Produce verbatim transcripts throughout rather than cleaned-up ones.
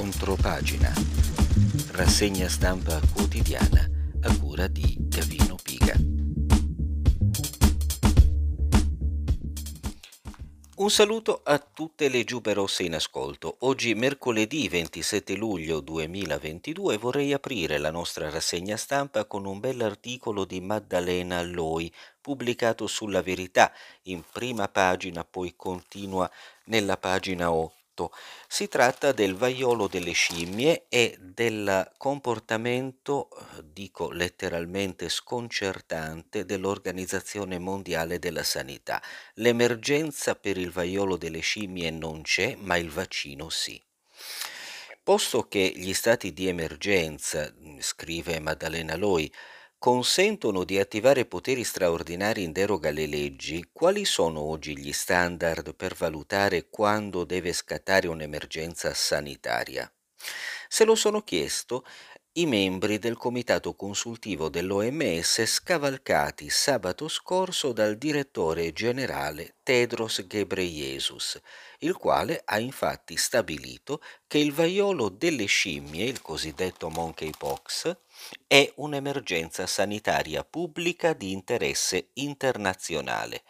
Controppagina. Rassegna stampa quotidiana a cura di Gavino Piga. Un saluto a tutte le giube rosse in ascolto. Oggi mercoledì ventisette luglio duemilaventidue vorrei aprire la nostra rassegna stampa con un bell'articolo di Maddalena Loi pubblicato sulla Verità in prima pagina, poi continua nella pagina otto. Si tratta del vaiolo delle scimmie e del comportamento, dico letteralmente sconcertante, dell'Organizzazione Mondiale della Sanità. L'emergenza per il vaiolo delle scimmie non c'è, ma il vaccino sì. Posto che gli stati di emergenza, scrive Maddalena Loi, consentono di attivare poteri straordinari in deroga alle leggi, quali sono oggi gli standard per valutare quando deve scattare un'emergenza sanitaria? Se lo sono chiesto i membri del comitato consultivo dell'O M S scavalcati sabato scorso dal direttore generale Tedros Ghebreyesus, il quale ha infatti stabilito che il vaiolo delle scimmie, il cosiddetto monkeypox, è un'emergenza sanitaria pubblica di interesse internazionale,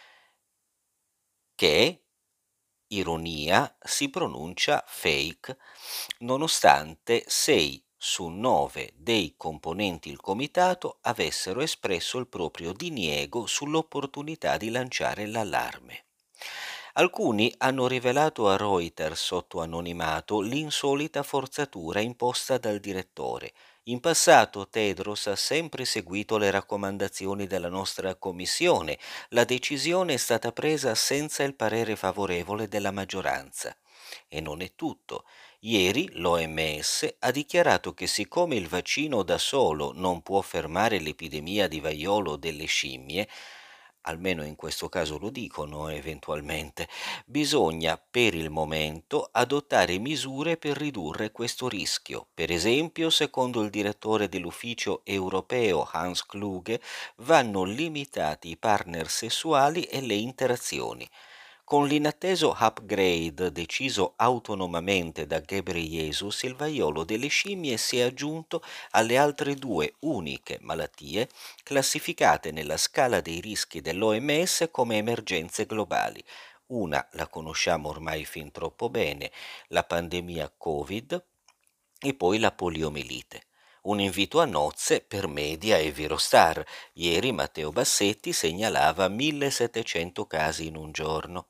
che, ironia, si pronuncia fake, nonostante sei su nove dei componenti il comitato avessero espresso il proprio diniego sull'opportunità di lanciare l'allarme. Alcuni hanno rivelato a Reuters sotto anonimato l'insolita forzatura imposta dal direttore. In passato Tedros ha sempre seguito le raccomandazioni della nostra commissione. La decisione è stata presa senza il parere favorevole della maggioranza. E non è tutto. Ieri l'O M S ha dichiarato che siccome il vaccino da solo non può fermare l'epidemia di vaiolo delle scimmie, almeno in questo caso lo dicono eventualmente, bisogna per il momento adottare misure per ridurre questo rischio. Per esempio, secondo il direttore dell'ufficio europeo Hans Kluge, vanno limitati i partner sessuali e le interazioni. Con l'inatteso upgrade deciso autonomamente da Ghebreyesus, il vaiolo delle scimmie si è aggiunto alle altre due uniche malattie classificate nella scala dei rischi dell'O M S come emergenze globali. Una la conosciamo ormai fin troppo bene, la pandemia Covid, e poi la poliomielite. Un invito a nozze per Media e Virostar. Ieri Matteo Bassetti segnalava millesettecento casi in un giorno.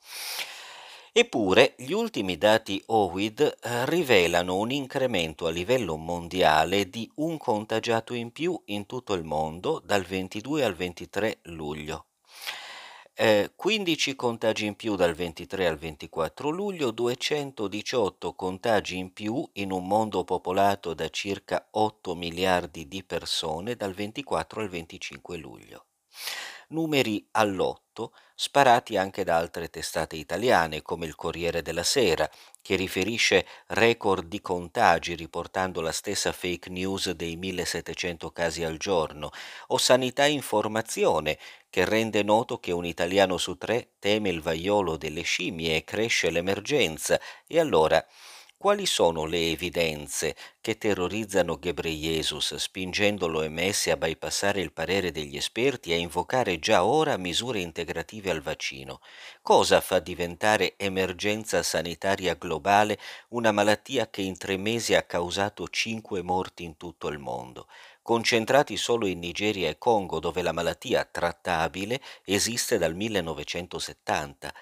Eppure gli ultimi dati O V I D eh, rivelano un incremento a livello mondiale di un contagiato in più in tutto il mondo dal ventidue al ventitré luglio. Eh, quindici contagi in più dal ventitré al ventiquattro luglio, duecentodiciotto contagi in più in un mondo popolato da circa otto miliardi di persone dal ventiquattro al venticinque luglio. Numeri all'otto sparati anche da altre testate italiane come il Corriere della Sera, che riferisce record di contagi riportando la stessa fake news dei millesettecento casi al giorno, o Sanità Informazione, che rende noto che un italiano su tre teme il vaiolo delle scimmie e cresce l'emergenza. E allora, quali sono le evidenze che terrorizzano Ghebreyesus, spingendo l'O M S a bypassare il parere degli esperti e a invocare già ora misure integrative al vaccino? Cosa fa diventare emergenza sanitaria globale una malattia che in tre mesi ha causato cinque morti in tutto il mondo, concentrati solo in Nigeria e Congo, dove la malattia trattabile esiste dal millenovecentosettanta?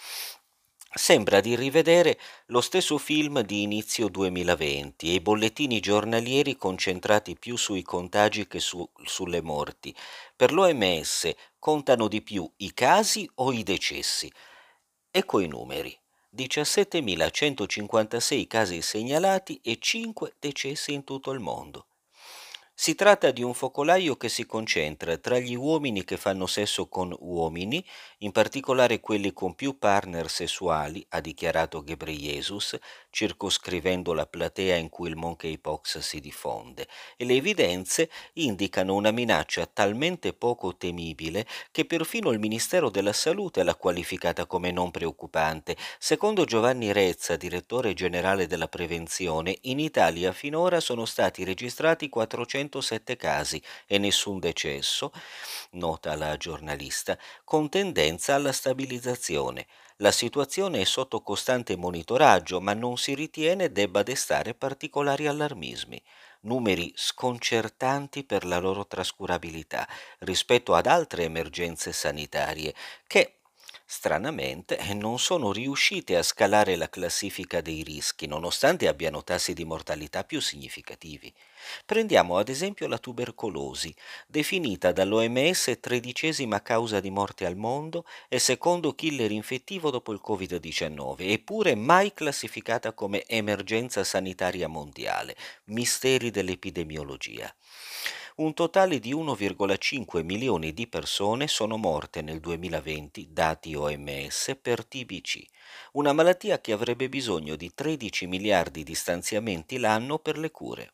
Sembra di rivedere lo stesso film di inizio duemilaventi e i bollettini giornalieri concentrati più sui contagi che su- sulle morti. Per l'O M S contano di più i casi o i decessi? Ecco i numeri. diciassettemilacentocinquantasei casi segnalati e cinque decessi in tutto il mondo. Si tratta di un focolaio che si concentra tra gli uomini che fanno sesso con uomini, in particolare quelli con più partner sessuali, ha dichiarato Ghebreyesus, circoscrivendo la platea in cui il monkeypox si diffonde, e le evidenze indicano una minaccia talmente poco temibile che perfino il Ministero della Salute l'ha qualificata come non preoccupante. Secondo Giovanni Rezza, direttore generale della prevenzione, in Italia finora sono stati registrati quattrocentosette casi e nessun decesso, nota la giornalista, con tendenza alla stabilizzazione. La situazione è sotto costante monitoraggio, ma non si ritiene debba destare particolari allarmismi. Numeri sconcertanti per la loro trascurabilità rispetto ad altre emergenze sanitarie che, stranamente, non sono riuscite a scalare la classifica dei rischi, nonostante abbiano tassi di mortalità più significativi. Prendiamo ad esempio la tubercolosi, definita dall'O M S tredicesima causa di morte al mondo e secondo killer infettivo dopo il covid diciannove, eppure mai classificata come emergenza sanitaria mondiale. Misteri dell'epidemiologia. Un totale di uno virgola cinque milioni di persone sono morte nel duemilaventi, dati O M S, per T B C, una malattia che avrebbe bisogno di tredici miliardi di stanziamenti l'anno per le cure.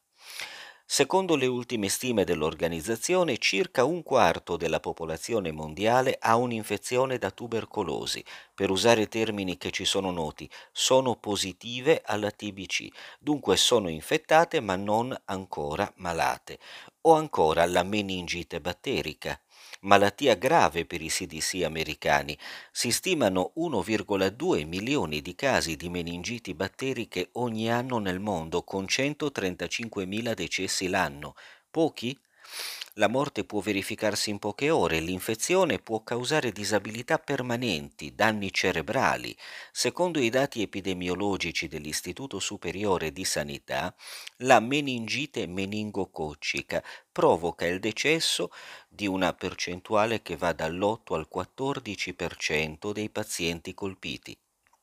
Secondo le ultime stime dell'organizzazione, circa un quarto della popolazione mondiale ha un'infezione da tubercolosi. Per usare termini che ci sono noti, sono positive alla T B C, dunque sono infettate ma non ancora malate. O ancora la meningite batterica, malattia grave per i C D C americani. Si stimano uno virgola due milioni di casi di meningiti batteriche ogni anno nel mondo, con centotrentacinquemila decessi l'anno. Pochi? La morte può verificarsi in poche ore, l'infezione può causare disabilità permanenti, danni cerebrali. Secondo i dati epidemiologici dell'Istituto Superiore di Sanità, la meningite meningococcica provoca il decesso di una percentuale che va dall'otto al quattordici per cento dei pazienti colpiti.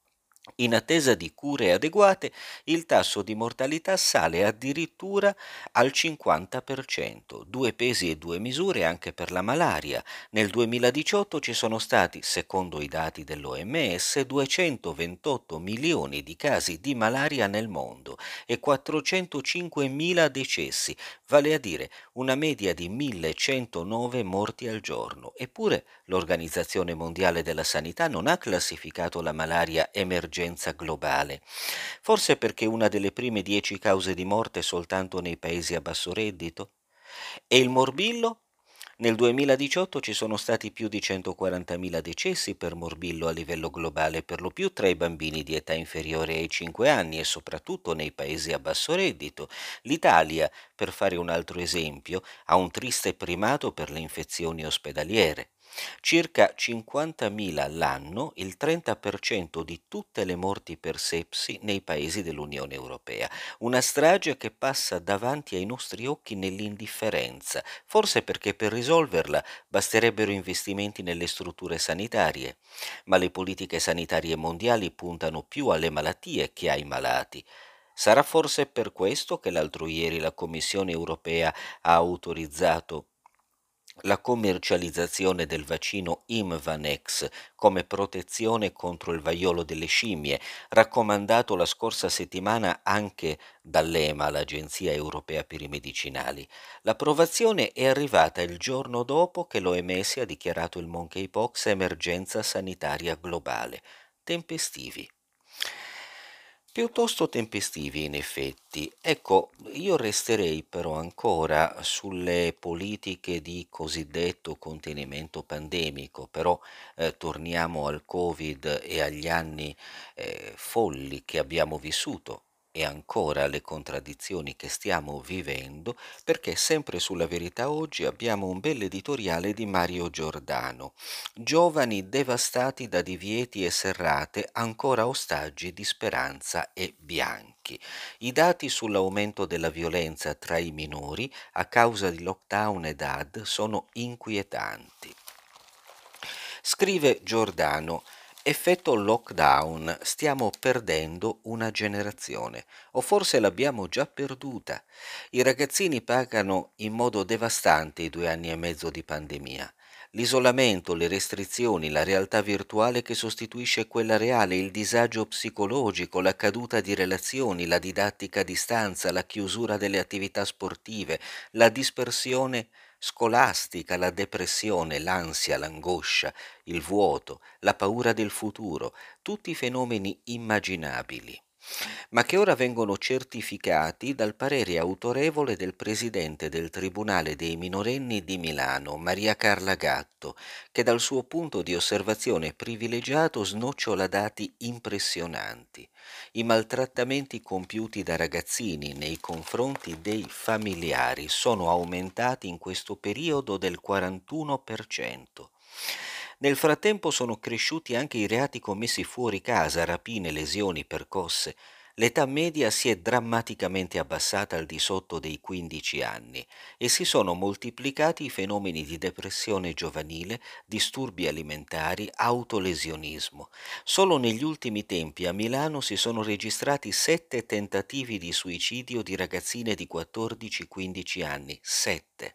In attesa di cure adeguate, il tasso di mortalità sale addirittura al cinquanta per cento, due pesi e due misure anche per la malaria. Nel duemiladiciotto ci sono stati, secondo i dati dell'O M S, duecentoventotto milioni di casi di malaria nel mondo e quattrocentocinquemila decessi, vale a dire una media di millecentonove morti al giorno. Eppure l'Organizzazione Mondiale della Sanità non ha classificato la malaria emergenza globale, forse perché una delle prime dieci cause di morte soltanto nei paesi a basso reddito? E il morbillo? Nel duemiladiciotto ci sono stati più di centoquarantamila decessi per morbillo a livello globale, per lo più tra i bambini di età inferiore ai cinque anni e soprattutto nei paesi a basso reddito. L'Italia, per fare un altro esempio, ha un triste primato per le infezioni ospedaliere. Circa cinquantamila all'anno, il trenta per cento di tutte le morti per sepsi nei paesi dell'Unione Europea. Una strage che passa davanti ai nostri occhi nell'indifferenza, forse perché per risolverla basterebbero investimenti nelle strutture sanitarie, ma le politiche sanitarie mondiali puntano più alle malattie che ai malati. Sarà forse per questo che l'altro ieri la Commissione europea ha autorizzato la commercializzazione del vaccino Imvanex come protezione contro il vaiolo delle scimmie, raccomandato la scorsa settimana anche dall'E M A, l'Agenzia Europea per i Medicinali. L'approvazione è arrivata il giorno dopo che l'O M S ha dichiarato il monkeypox emergenza sanitaria globale. Tempestivi. Piuttosto tempestivi, in effetti. Ecco, io resterei però ancora sulle politiche di cosiddetto contenimento pandemico, però eh, torniamo al Covid e agli anni eh, folli che abbiamo vissuto e ancora alle contraddizioni che stiamo vivendo, perché sempre sulla Verità Oggi abbiamo un bel editoriale di Mario Giordano. Giovani devastati da divieti e serrate, ancora ostaggi di Speranza e Bianchi. I dati sull'aumento della violenza tra i minori a causa di lockdown e D A D sono inquietanti. Scrive Giordano: Effetto lockdown, stiamo perdendo una generazione, o forse l'abbiamo già perduta. I ragazzini pagano in modo devastante i due anni e mezzo di pandemia. L'isolamento, le restrizioni, la realtà virtuale che sostituisce quella reale, il disagio psicologico, la caduta di relazioni, la didattica a distanza, la chiusura delle attività sportive, la dispersione scolastica, la depressione, l'ansia, l'angoscia, il vuoto, la paura del futuro, tutti fenomeni immaginabili, ma che ora vengono certificati dal parere autorevole del presidente del Tribunale dei minorenni di Milano, Maria Carla Gatto, che dal suo punto di osservazione privilegiato snocciola dati impressionanti. I maltrattamenti compiuti da ragazzini nei confronti dei familiari sono aumentati in questo periodo del quarantuno per cento. Nel frattempo sono cresciuti anche i reati commessi fuori casa, rapine, lesioni, percosse. L'età media si è drammaticamente abbassata al di sotto dei quindici anni e si sono moltiplicati i fenomeni di depressione giovanile, disturbi alimentari, autolesionismo. Solo negli ultimi tempi a Milano si sono registrati sette tentativi di suicidio di ragazzine di quattordici quindici anni. Sette.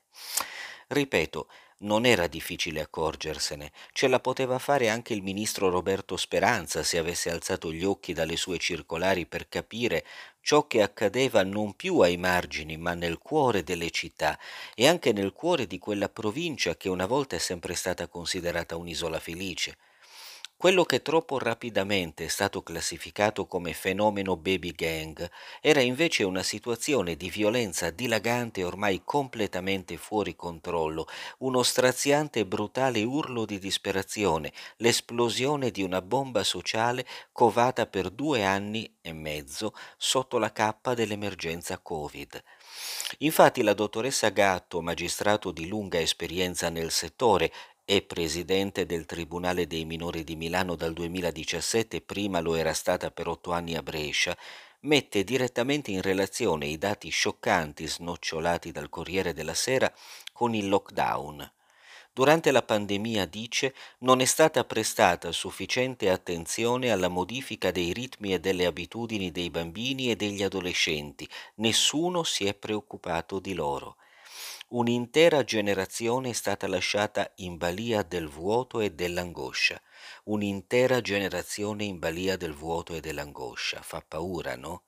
Ripeto, non era difficile accorgersene, ce la poteva fare anche il ministro Roberto Speranza se avesse alzato gli occhi dalle sue circolari per capire ciò che accadeva non più ai margini, ma nel cuore delle città e anche nel cuore di quella provincia che una volta è sempre stata considerata un'isola felice. Quello che troppo rapidamente è stato classificato come fenomeno baby gang era invece una situazione di violenza dilagante ormai completamente fuori controllo, uno straziante e brutale urlo di disperazione, l'esplosione di una bomba sociale covata per due anni e mezzo sotto la cappa dell'emergenza Covid. Infatti la dottoressa Gatto, magistrato di lunga esperienza nel settore e presidente del Tribunale dei minori di Milano dal duemiladiciassette, prima lo era stata per otto anni a Brescia, mette direttamente in relazione i dati scioccanti snocciolati dal Corriere della Sera con il lockdown. Durante la pandemia, dice, non è stata prestata sufficiente attenzione alla modifica dei ritmi e delle abitudini dei bambini e degli adolescenti, nessuno si è preoccupato di loro. Un'intera generazione è stata lasciata in balia del vuoto e dell'angoscia. Un'intera generazione in balia del vuoto e dell'angoscia. Fa paura, no?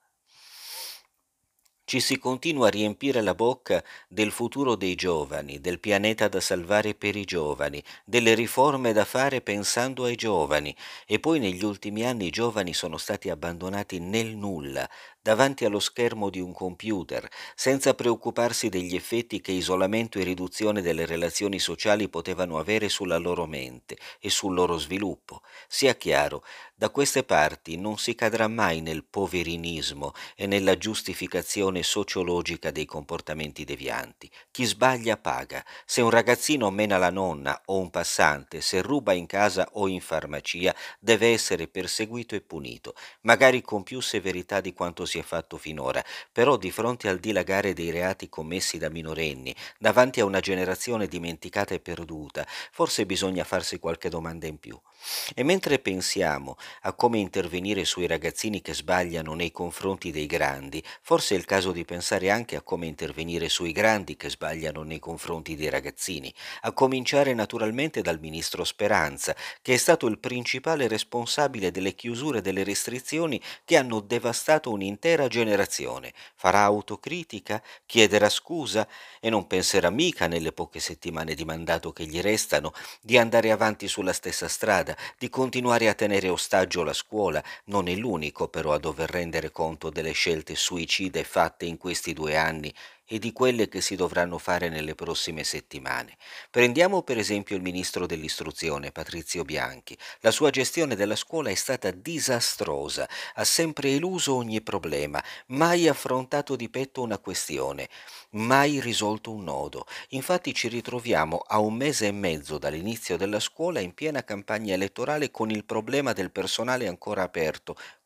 Ci si continua a riempire la bocca del futuro dei giovani, del pianeta da salvare per i giovani, delle riforme da fare pensando ai giovani, e poi negli ultimi anni i giovani sono stati abbandonati nel nulla, davanti allo schermo di un computer, senza preoccuparsi degli effetti che isolamento e riduzione delle relazioni sociali potevano avere sulla loro mente e sul loro sviluppo. Sia chiaro, da queste parti non si cadrà mai nel poverinismo e nella giustificazione sociologica dei comportamenti devianti. Chi sbaglia paga. Se un ragazzino mena la nonna o un passante, se ruba in casa o in farmacia, deve essere perseguito e punito, magari con più severità di quanto si è fatto finora, però di fronte al dilagare dei reati commessi da minorenni, davanti a una generazione dimenticata e perduta, forse bisogna farsi qualche domanda in più. E mentre pensiamo a come intervenire sui ragazzini che sbagliano nei confronti dei grandi, forse è il caso di pensare anche a come intervenire sui grandi che sbagliano nei confronti dei ragazzini, a cominciare naturalmente dal ministro Speranza, che è stato il principale responsabile delle chiusure e delle restrizioni che hanno devastato un'intera generazione. Farà autocritica? Chiederà scusa? E non penserà mica, nelle poche settimane di mandato che gli restano, di andare avanti sulla stessa strada, di continuare a tenere ostaggio la scuola. Non è l'unico però a dover rendere conto delle scelte suicide fatte in questi due anni e di quelle che si dovranno fare nelle prossime settimane. Prendiamo per esempio il ministro dell'istruzione, Patrizio Bianchi. La sua gestione della scuola è stata disastrosa, ha sempre eluso ogni problema, mai affrontato di petto una questione, mai risolto un nodo. Infatti ci ritroviamo a un mese e mezzo dall'inizio della scuola in piena campagna elettorale con il problema del personale ancora aperto,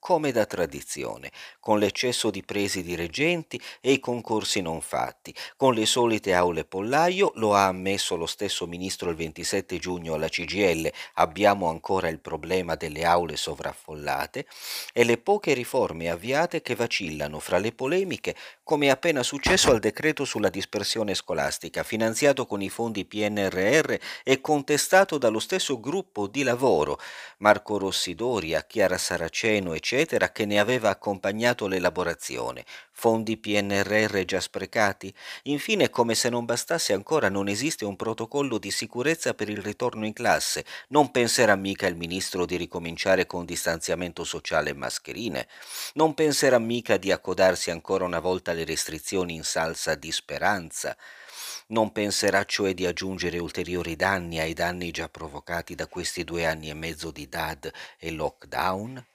come da tradizione, con l'eccesso di presidi reggenti e i concorsi non fatti, con le solite aule pollaio, lo ha ammesso lo stesso ministro il ventisette giugno alla C G I L, abbiamo ancora il problema delle aule sovraffollate, e le poche riforme avviate che vacillano fra le polemiche, come è appena successo al decreto sulla dispersione scolastica, finanziato con i fondi P N R R e contestato dallo stesso gruppo di lavoro, Marco Rossi Doria, Chiara Saraceno, eccetera, che ne aveva accompagnato l'elaborazione. Fondi P N R R già sprecati? Infine, come se non bastasse ancora, non esiste un protocollo di sicurezza per il ritorno in classe. Non penserà mica il ministro di ricominciare con distanziamento sociale e mascherine? Non penserà mica di accodarsi ancora una volta alle restrizioni in salsa di speranza? Non penserà cioè di aggiungere ulteriori danni ai danni già provocati da questi due anni e mezzo di D A D e lockdown?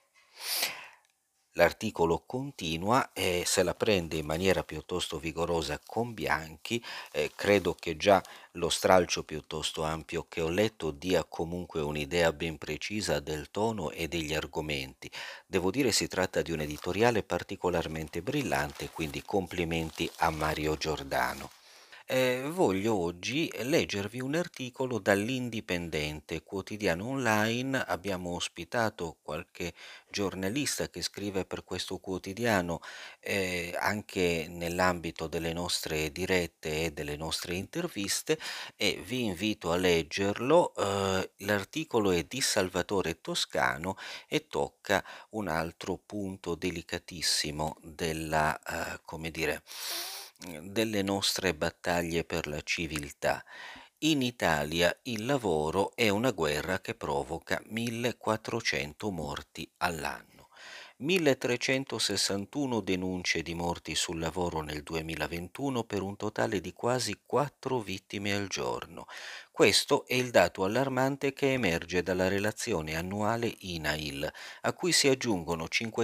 L'articolo continua e se la prende in maniera piuttosto vigorosa con Bianchi. Eh, credo che già lo stralcio piuttosto ampio che ho letto dia comunque un'idea ben precisa del tono e degli argomenti. Devo dire si tratta di un editoriale particolarmente brillante, quindi complimenti a Mario Giordano. Eh, voglio oggi leggervi un articolo dall'Indipendente, quotidiano online. Abbiamo ospitato qualche giornalista che scrive per questo quotidiano, eh, anche nell'ambito delle nostre dirette e delle nostre interviste, e vi invito a leggerlo. Eh, l'articolo è di Salvatore Toscano e tocca un altro punto delicatissimo della, eh, come dire, delle nostre battaglie per la civiltà. In Italia il lavoro è una guerra che provoca millequattrocento morti all'anno. milletrecentosessantuno denunce di morti sul lavoro nel duemilaventuno per un totale di quasi quattro vittime al giorno. Questo è il dato allarmante che emerge dalla relazione annuale I N A I L, a cui si aggiungono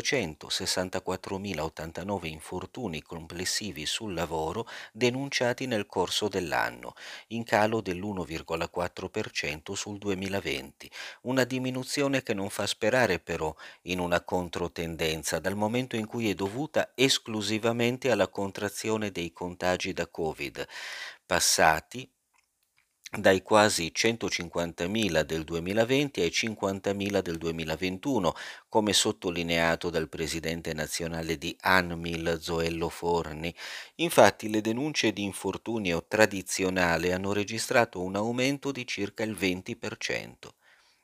cinquecentosessantaquattromilaottantanove infortuni complessivi sul lavoro denunciati nel corso dell'anno, in calo dell'uno virgola quattro per cento sul duemilaventi, una diminuzione che non fa sperare però in una controtendenza, dal momento in cui è dovuta esclusivamente alla contrazione dei contagi da Covid, passati dai quasi centocinquantamila del duemilaventi ai cinquantamila del duemilaventuno, come sottolineato dal presidente nazionale di ANMIL Zoello Forni. Infatti le denunce di infortunio tradizionale hanno registrato un aumento di circa il venti per cento.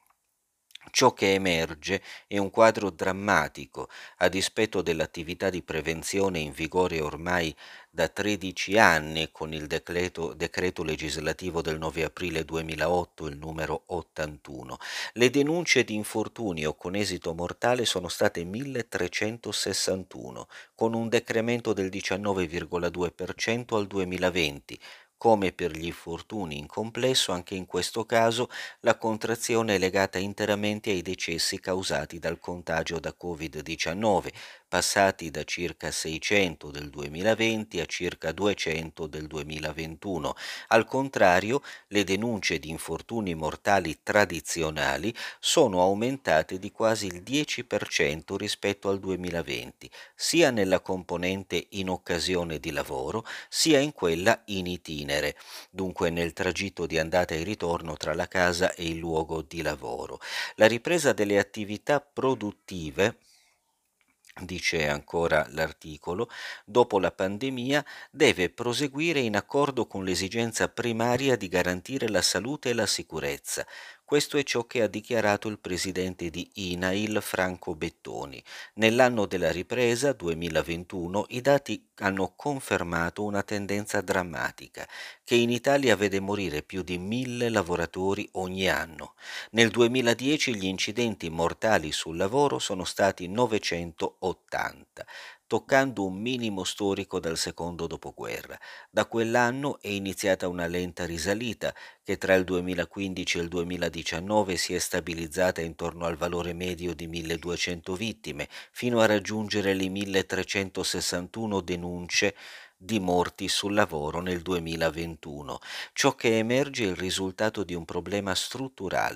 Ciò che emerge è un quadro drammatico, a dispetto dell'attività di prevenzione in vigore ormai da tredici anni con il decreto, decreto legislativo del nove aprile duemilaotto, il numero ottantuno. Le denunce di infortunio con esito mortale sono state milletrecentosessantuno, con un decremento del diciannove virgola due per cento al duemilaventi. Come per gli infortuni in complesso, anche in questo caso la contrazione è legata interamente ai decessi causati dal contagio da covid diciannove, passati da circa seicento del duemilaventi a circa duecento del duemilaventuno. Al contrario, le denunce di infortuni mortali tradizionali sono aumentate di quasi il dieci per cento rispetto al duemilaventi, sia nella componente in occasione di lavoro, sia in quella in itinere, dunque nel tragitto di andata e ritorno tra la casa e il luogo di lavoro. La ripresa delle attività produttive, dice ancora l'articolo, dopo la pandemia deve proseguire in accordo con l'esigenza primaria di garantire la salute e la sicurezza. Questo è ciò che ha dichiarato il presidente di I N A I L Franco Bettoni. Nell'anno della ripresa duemilaventuno i dati hanno confermato una tendenza drammatica, che in Italia vede morire più di mille lavoratori ogni anno. Nel duemiladieci gli incidenti mortali sul lavoro sono stati novecentottanta, toccando un minimo storico dal secondo dopoguerra. Da quell'anno è iniziata una lenta risalita che tra il duemilaquindici e il duemiladiciannove si è stabilizzata intorno al valore medio di milleduecento vittime, fino a raggiungere le milletrecentosessantuno denunce di morti sul lavoro nel duemilaventuno. Ciò che emerge è il risultato di un problema strutturale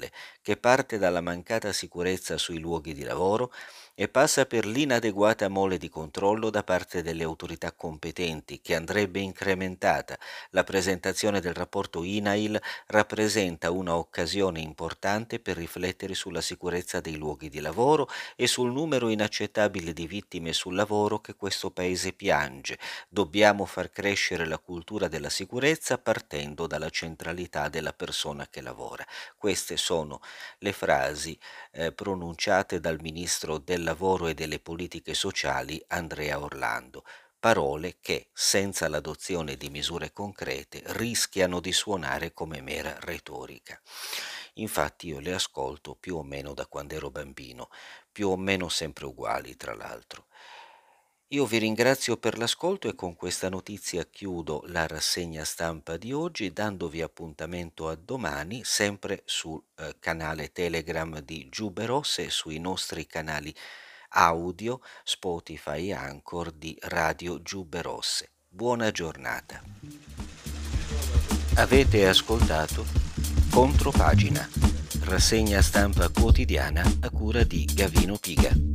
che parte dalla mancata sicurezza sui luoghi di lavoro e passa per l'inadeguata mole di controllo da parte delle autorità competenti, che andrebbe incrementata. La presentazione del rapporto I N A I L rappresenta una occasione importante per riflettere sulla sicurezza dei luoghi di lavoro e sul numero inaccettabile di vittime sul lavoro che questo Paese piange. Dobbiamo far crescere la cultura della sicurezza partendo dalla centralità della persona che lavora. Queste sono le frasi eh, pronunciate dal Ministro del Lavoro e delle Politiche Sociali Andrea Orlando. Parole che, senza l'adozione di misure concrete, rischiano di suonare come mera retorica. Infatti io le ascolto più o meno da quando ero bambino, più o meno sempre uguali, tra l'altro. Io vi ringrazio per l'ascolto e con questa notizia chiudo la rassegna stampa di oggi, dandovi appuntamento a domani, sempre sul eh, canale Telegram di Giubbe Rosse e sui nostri canali audio Spotify e Anchor di Radio Giubbe Rosse. Buona giornata. Avete ascoltato Contropagina, rassegna stampa quotidiana a cura di Gavino Piga.